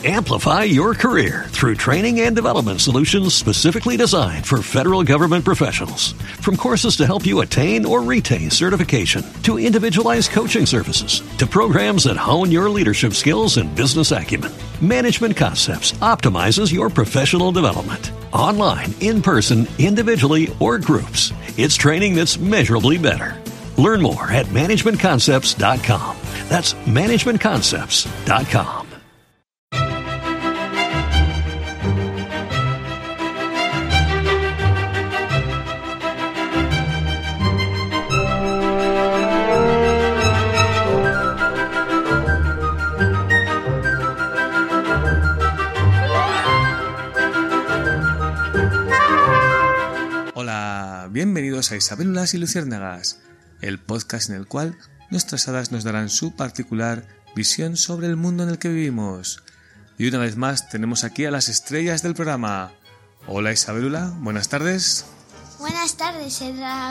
Amplify your career through training and development solutions specifically designed for federal government professionals. From courses to help you attain or retain certification, to individualized coaching services, to programs that hone your leadership skills and business acumen, Management Concepts optimizes your professional development. Online, in person, individually, or groups, it's training that's measurably better. Learn more at managementconcepts.com. That's managementconcepts.com. Hola, bienvenidos a Isabélulas y Luciérnagas, el podcast en el cual nuestras hadas nos darán su particular visión sobre el mundo en el que vivimos. Y una vez más tenemos aquí a las estrellas del programa. Hola Isabélula, buenas tardes. Buenas tardes,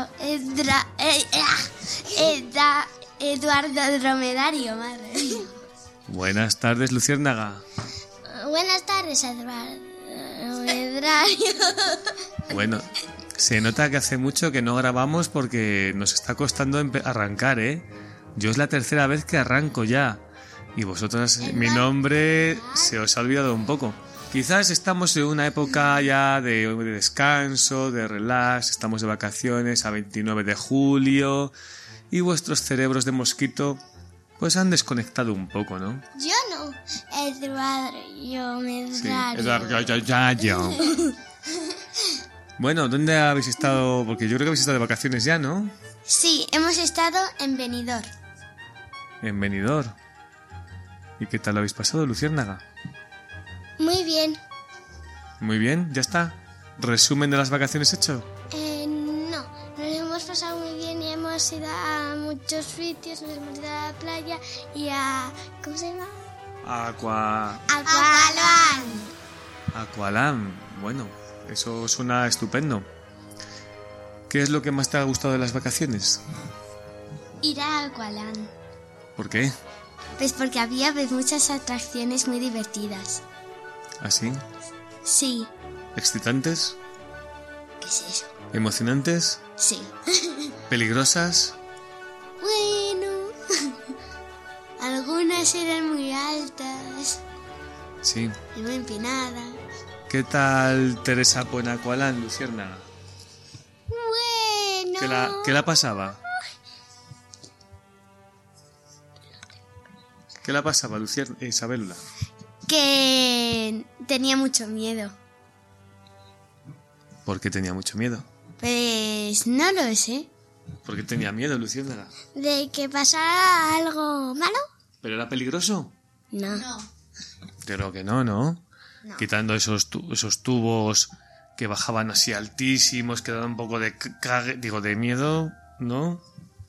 Eduardo Dromedario, madre mía. Buenas tardes, Luciérnaga. Buenas tardes, Eduardo Dromedario. Bueno, se nota que hace mucho que no grabamos porque nos está costando arrancar, ¿eh? Yo es la tercera vez que arranco ya. Y vosotras, mi nombre se os ha olvidado un poco. Quizás estamos en una época ya de descanso, de relax, estamos de vacaciones a 29 de julio y vuestros cerebros de mosquito pues han desconectado un poco, ¿no? Yo no, Eduardo Dromedario. Sí, Eduardo. Bueno, ¿dónde habéis estado? Porque yo creo que habéis estado de vacaciones ya, ¿no? Sí, hemos estado en Benidorm. En Benidorm. ¿Y qué tal lo habéis pasado, Luciérnaga? Muy bien. Muy bien, ya está. ¿Resumen de las vacaciones hecho? No, nos hemos pasado muy bien y hemos ido a muchos sitios, nos hemos ido a la playa y a... ¿cómo se llama? Aqualand. Bueno, eso suena estupendo. ¿Qué es lo que más te ha gustado de las vacaciones? Ir a Aqualand. ¿Por qué? Pues porque había muchas atracciones muy divertidas. ¿Ah, sí? Sí. ¿Excitantes? ¿Qué es eso? ¿Emocionantes? Sí. ¿Peligrosas? Bueno, algunas eran muy altas. Sí. Y muy empinadas. ¿Qué tal Teresa en Aqualand, Luciérnaga? Bueno. ¿Qué la pasaba? ¿Qué la pasaba, Isabélula? Que tenía mucho miedo. ¿Por qué tenía mucho miedo? Pues no lo sé. ¿Por qué tenía miedo, Luciérnaga? ¿De que pasara algo malo? ¿Pero era peligroso? No. Creo que no. Quitando esos tubos que bajaban así altísimos, que daban un poco de de miedo, ¿no?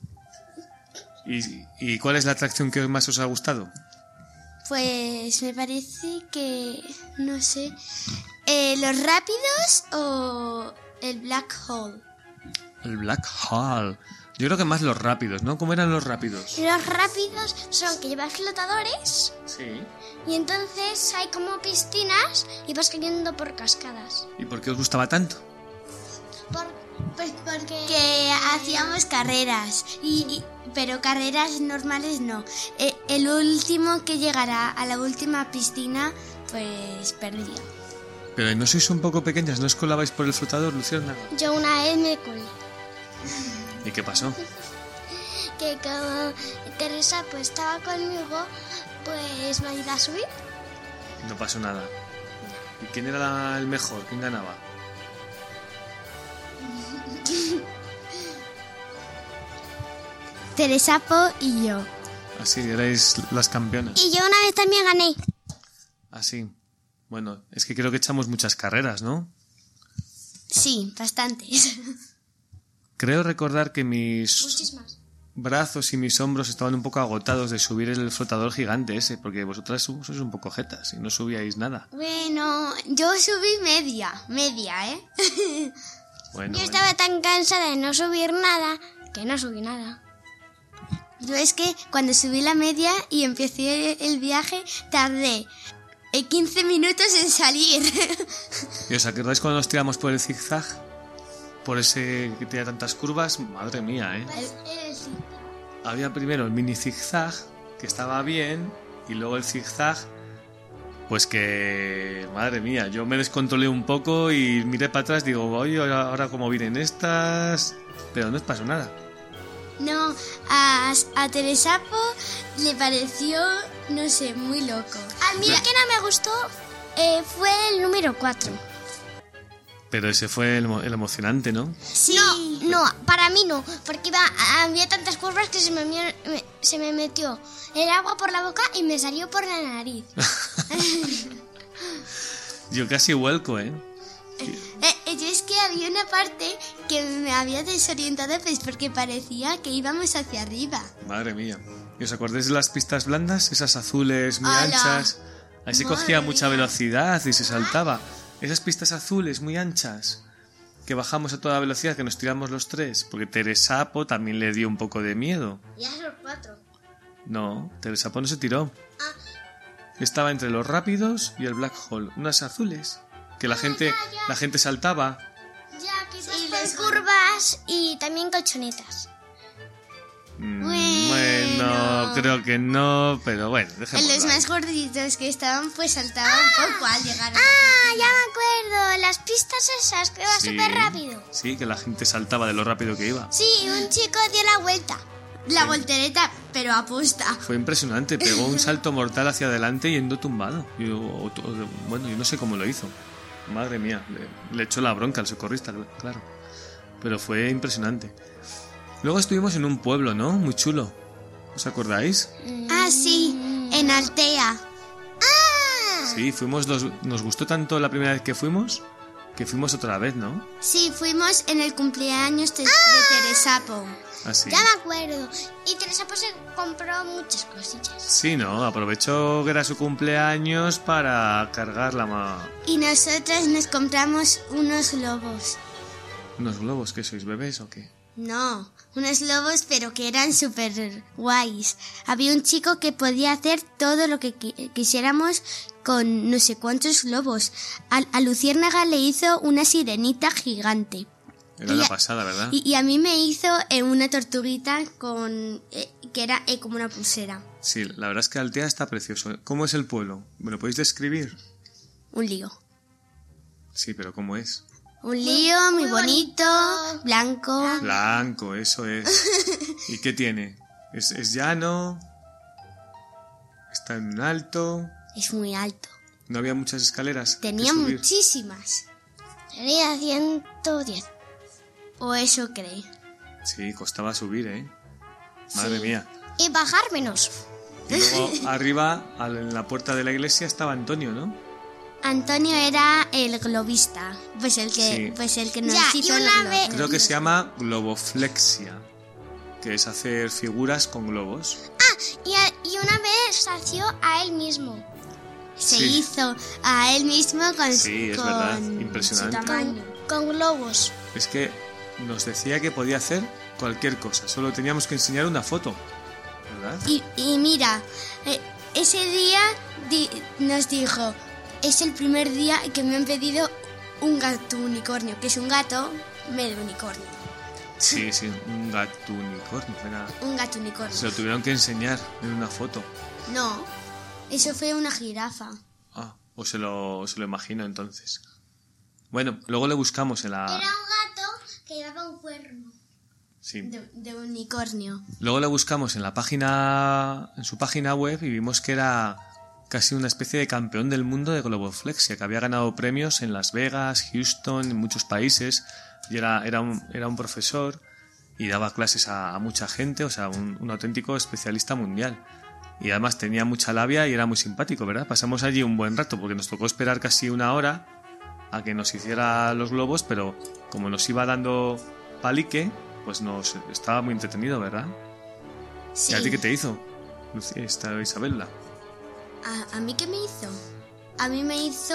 ¿Y cuál es la atracción que más os ha gustado? Pues me parece que... no sé... ¿los rápidos o el Black Hole? El Black Hole. Yo creo que más los rápidos, ¿no? ¿Cómo eran los rápidos? Los rápidos son que llevas flotadores. Sí. Y entonces hay como piscinas y vas cayendo por cascadas. ¿Y por qué os gustaba tanto? Pues porque que hacíamos carreras, pero carreras normales no. El último que llegara a la última piscina, pues perdía. Pero ¿no sois un poco pequeñas? ¿No os colabais por el flotador, Luciérnaga? Yo una vez me colé. ¿Y qué pasó? Que como Teresa pues estaba conmigo, pues me ayudó a subir. No pasó nada. ¿Y quién era el mejor? ¿Quién ganaba? Teresa Po y yo. Así, erais las campeonas. Y yo una vez también gané. Así. Bueno, es que creo que echamos muchas carreras, ¿no? Sí, bastantes. Creo recordar que mis Muchísimas. brazos y mis hombros estaban un poco agotados de subir el flotador gigante ese, porque vosotras sois un poco jetas y no subíais nada. Bueno, yo subí media, ¿eh? Bueno, Yo estaba tan cansada de no subir nada que no subí nada. Yo es que cuando subí la media y empecé el viaje tardé 15 minutos en salir. ¿Y os acordáis cuando nos tiramos por el zigzag? Por ese que tenía tantas curvas. Madre mía, ¿eh? Había primero el mini zigzag, que estaba bien, y luego el zigzag, pues que... Madre mía, yo me descontrolé un poco y miré para atrás, digo, oye, ahora cómo vienen estas... Pero no os pasó nada. No, a Teresapo le pareció, no sé, muy loco. A mí el que no me gustó fue el número 4. Pero ese fue el emocionante, ¿no? Sí. No, para mí no, porque había tantas curvas que se me metió el agua por la boca y me salió por la nariz. Yo casi vuelco, ¿eh? Yo es que había una parte que me había desorientado, pues porque parecía que íbamos hacia arriba. Madre mía. ¿Y os acordáis de las pistas blandas? Esas azules muy ¡Hala! anchas. Ahí se cogía mucha velocidad y se saltaba. Esas pistas azules muy anchas, que bajamos a toda velocidad, que nos tiramos los tres, porque Teresapo también le dio un poco de miedo. Ya son 4. No, Teresapo no se tiró. Estaba entre los rápidos y el black hole, unas azules, que la gente saltaba. Y las curvas y también colchonetas. Bueno, creo que no, pero bueno, dejémoslo. Los más gorditos que estaban, pues saltaban un poco al llegar. Ya me acuerdo, las pistas esas que va súper rápido. Sí, que la gente saltaba de lo rápido que iba. Sí, un chico dio la vuelta. La voltereta, pero aposta. Fue impresionante, pegó un salto mortal hacia adelante yendo tumbado. Yo no sé cómo lo hizo. Madre mía, le echó la bronca al socorrista, claro. Pero fue impresionante. Luego estuvimos en un pueblo, ¿no? Muy chulo. ¿Os acordáis? Sí, en Altea. Sí, nos gustó tanto la primera vez que fuimos otra vez, ¿no? Sí, fuimos en el cumpleaños de Teresapo. Así. Ya me acuerdo. Y Teresa pues se compró muchas cosillas. Sí, ¿no? Aprovechó que era su cumpleaños para cargar Y nosotras nos compramos unos globos. ¿Unos globos? ¿Qué sois, bebés o qué? No, unos globos pero que eran súper guays. Había un chico que podía hacer todo lo que quisiéramos con no sé cuántos globos. A Luciérnaga le hizo una sirenita gigante. Era la pasada, ¿verdad? Y a mí me hizo una tortuguita que era como una pulsera. Sí, la verdad es que Altea está precioso. ¿Cómo es el pueblo? ¿Me lo podéis describir? Un lío. Sí, pero ¿cómo es? Un lío muy bonito, blanco. Blanco, eso es. ¿Y qué tiene? ¿Es llano? ¿Está en un alto? Es muy alto. ¿No había muchas escaleras? Tenía muchísimas. Tenía 110. O eso cree. Sí, costaba subir, ¿eh? Madre mía. Y bajar menos. Y luego arriba, en la puerta de la iglesia, estaba Antonio, ¿no? Antonio era el globista, pues el que nos hizo el globo. Creo que se llama globoflexia, que es hacer figuras con globos. Y una vez se hizo a él mismo. Se hizo a él mismo con Sí, es verdad, impresionante. su tamaño. Con globos. Es que nos decía que podía hacer cualquier cosa, solo teníamos que enseñar una foto, ¿verdad? Y mira, ese día nos dijo, es el primer día que me han pedido un gato unicornio, que es un gato medio unicornio. Sí, un gato unicornio. Un gato unicornio. Se lo tuvieron que enseñar en una foto. No, eso fue una jirafa. O se lo imagino entonces. Bueno, luego le buscamos en la... Era un gato que llevaba un cuerno. Sí. De unicornio. Luego le buscamos en su página web y vimos que era casi una especie de campeón del mundo de globoflexia, que había ganado premios en Las Vegas, Houston, en muchos países, y era un profesor y daba clases a mucha gente, o sea, un auténtico especialista mundial. Y además tenía mucha labia y era muy simpático, ¿verdad? Pasamos allí un buen rato porque nos tocó esperar casi una hora a que nos hiciera los globos, pero como nos iba dando palique, pues nos estaba muy entretenido, ¿verdad? Sí. ¿Y a ti qué te hizo, Isabela? ¿A mí qué me hizo? A mí me hizo...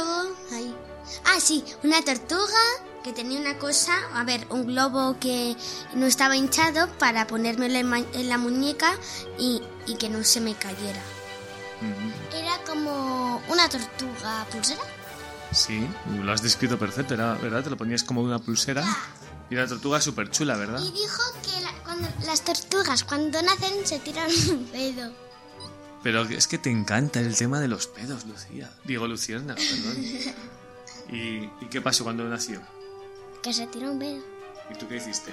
sí, una tortuga que tenía una cosa, un globo que no estaba hinchado para ponérmelo en la muñeca y que no se me cayera. Era como una tortuga pulsera. Sí, lo has descrito perfecto, era, ¿verdad? Te lo ponías como una pulsera y una tortuga súper chula, ¿verdad? Y dijo que las tortugas cuando nacen se tiran un pedo. Pero es que te encanta el tema de los pedos, Lucía. Digo, Luciérnaga, perdón. ¿Y qué pasó cuando nació? Que se tiró un pedo. ¿Y tú qué hiciste?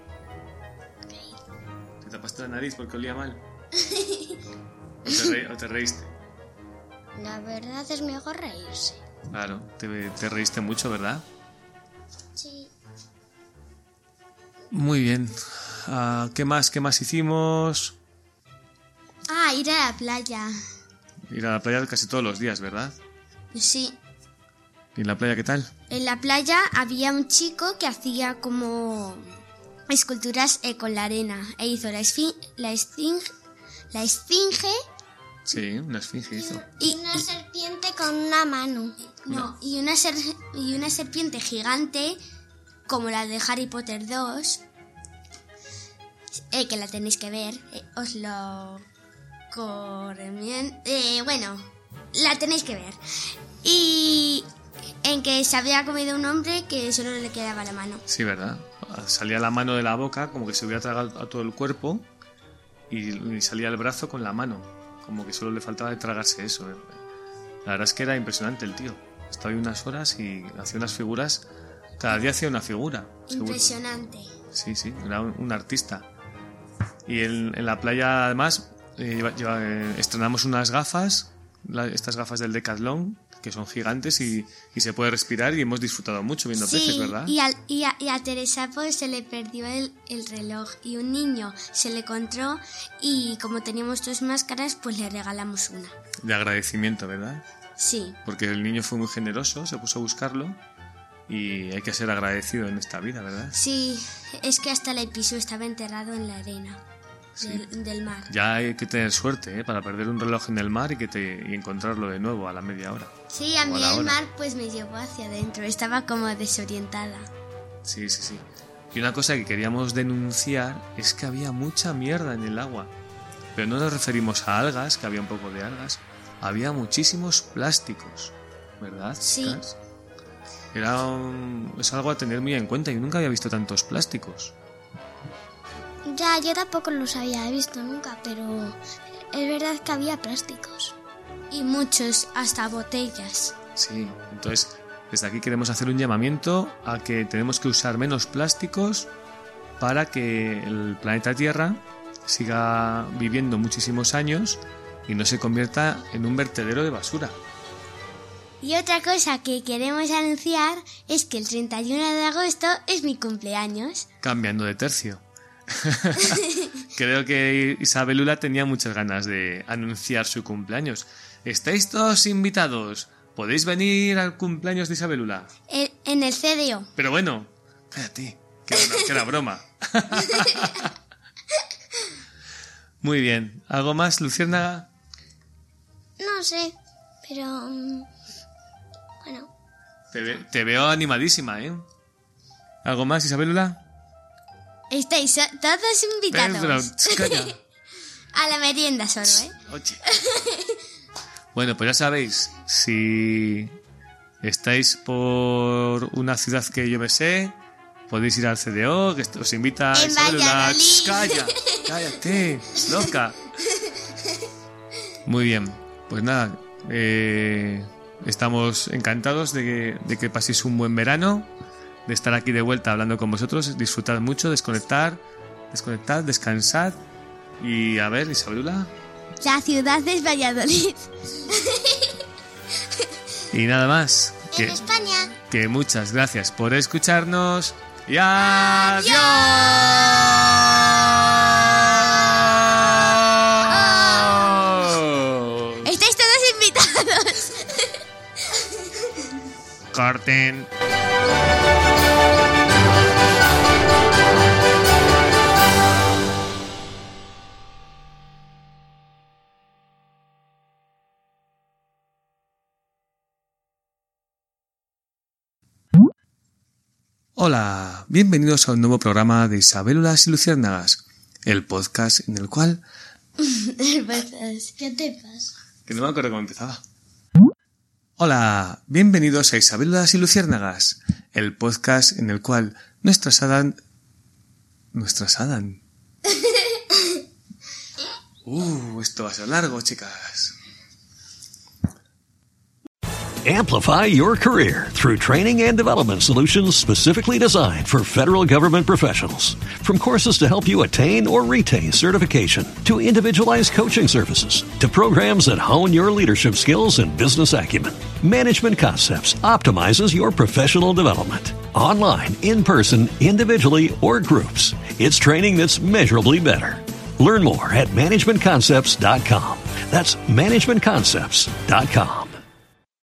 ¿Te tapaste la nariz porque olía mal? ¿O te reíste? La verdad es mejor reírse. Claro, te reíste mucho, ¿verdad? Sí. Muy bien. ¿Qué más hicimos? Ir a la playa. Ir a la playa casi todos los días, ¿verdad? Sí. ¿Y en la playa qué tal? En la playa había un chico que hacía como esculturas con la arena. E hizo la esfinge. Sí, una esfinge hizo. Y una serpiente con una mano. No, y una serpiente gigante como la de Harry Potter 2. Que la tenéis que ver. Os lo bueno, la tenéis que ver. Y en que se había comido un hombre que solo le quedaba la mano. Sí, ¿verdad? Salía la mano de la boca como que se hubiera tragado a todo el cuerpo y salía el brazo con la mano, como que solo le faltaba de tragarse eso. La verdad es que era impresionante el tío. Estaba ahí unas horas y hacía unas figuras. Cada día hacía una figura. Impresionante. Seguro. Sí, era un artista. Y en la playa, además, estrenamos unas gafas, estas gafas del Decathlon, que son gigantes y se puede respirar, y hemos disfrutado mucho viendo peces, ¿verdad? Y a Teresa pues se le perdió el reloj y un niño se le encontró y como teníamos 2 máscaras pues le regalamos una. De agradecimiento, ¿verdad? Sí. Porque el niño fue muy generoso, se puso a buscarlo y hay que ser agradecido en esta vida, ¿verdad? Sí, es que hasta el piso estaba enterrado en la arena. Sí. Del mar. Ya hay que tener suerte para perder un reloj en el mar y encontrarlo de nuevo a la media hora. Sí, a mí el mar pues me llevó hacia adentro, estaba como desorientada. Sí. Y una cosa que queríamos denunciar es que había mucha mierda en el agua. Pero no nos referimos a algas, que había un poco de algas. Había muchísimos plásticos, ¿verdad, chicas? Sí. Es algo a tener muy en cuenta. Yo nunca había visto tantos plásticos. Ya, yo tampoco los había visto nunca, pero es verdad que había plásticos. Y muchos, hasta botellas. Sí, entonces desde aquí queremos hacer un llamamiento a que tenemos que usar menos plásticos para que el planeta Tierra siga viviendo muchísimos años y no se convierta en un vertedero de basura. Y otra cosa que queremos anunciar es que el 31 de agosto es mi cumpleaños. Cambiando de tercio. Creo que Isabelula tenía muchas ganas de anunciar su cumpleaños. ¿Estáis todos invitados? ¿Podéis venir al cumpleaños de Isabelula? En el CDO. Pero bueno, cállate, que era broma. Muy bien. ¿Algo más, Luciérnaga? No sé, pero... bueno. Te veo animadísima, ¿eh? ¿Algo más, Isabelula? Estáis todos invitados. Calla. A la merienda solo, ¿eh? Oye. Bueno, pues ya sabéis, si estáis por una ciudad que yo me sé, podéis ir al CDO, que os invita a Isabelula. Cállate, loca. Muy bien, pues nada, estamos encantados de que paséis un buen verano, de estar aquí de vuelta hablando con vosotros. Disfrutad mucho, desconectad, descansad. Y a ver, Isabelula. La ciudad es Valladolid. Y nada más. En España. Que muchas gracias por escucharnos. Y adiós. Estáis todos invitados. Corten. Hola, bienvenidos a un nuevo programa de Isabélulas y Luciérnagas, el podcast en el cual... ¿Qué te pasa? Que no me acuerdo cómo empezaba. Hola, bienvenidos a Isabélulas y Luciérnagas, el podcast en el cual nuestras Adán... esto va a ser largo, chicas. Amplify your career through training and development solutions specifically designed for federal government professionals. From courses to help you attain or retain certification, to individualized coaching services, to programs that hone your leadership skills and business acumen, Management Concepts optimizes your professional development. Online, in person, individually, or groups, it's training that's measurably better. Learn more at managementconcepts.com. That's managementconcepts.com.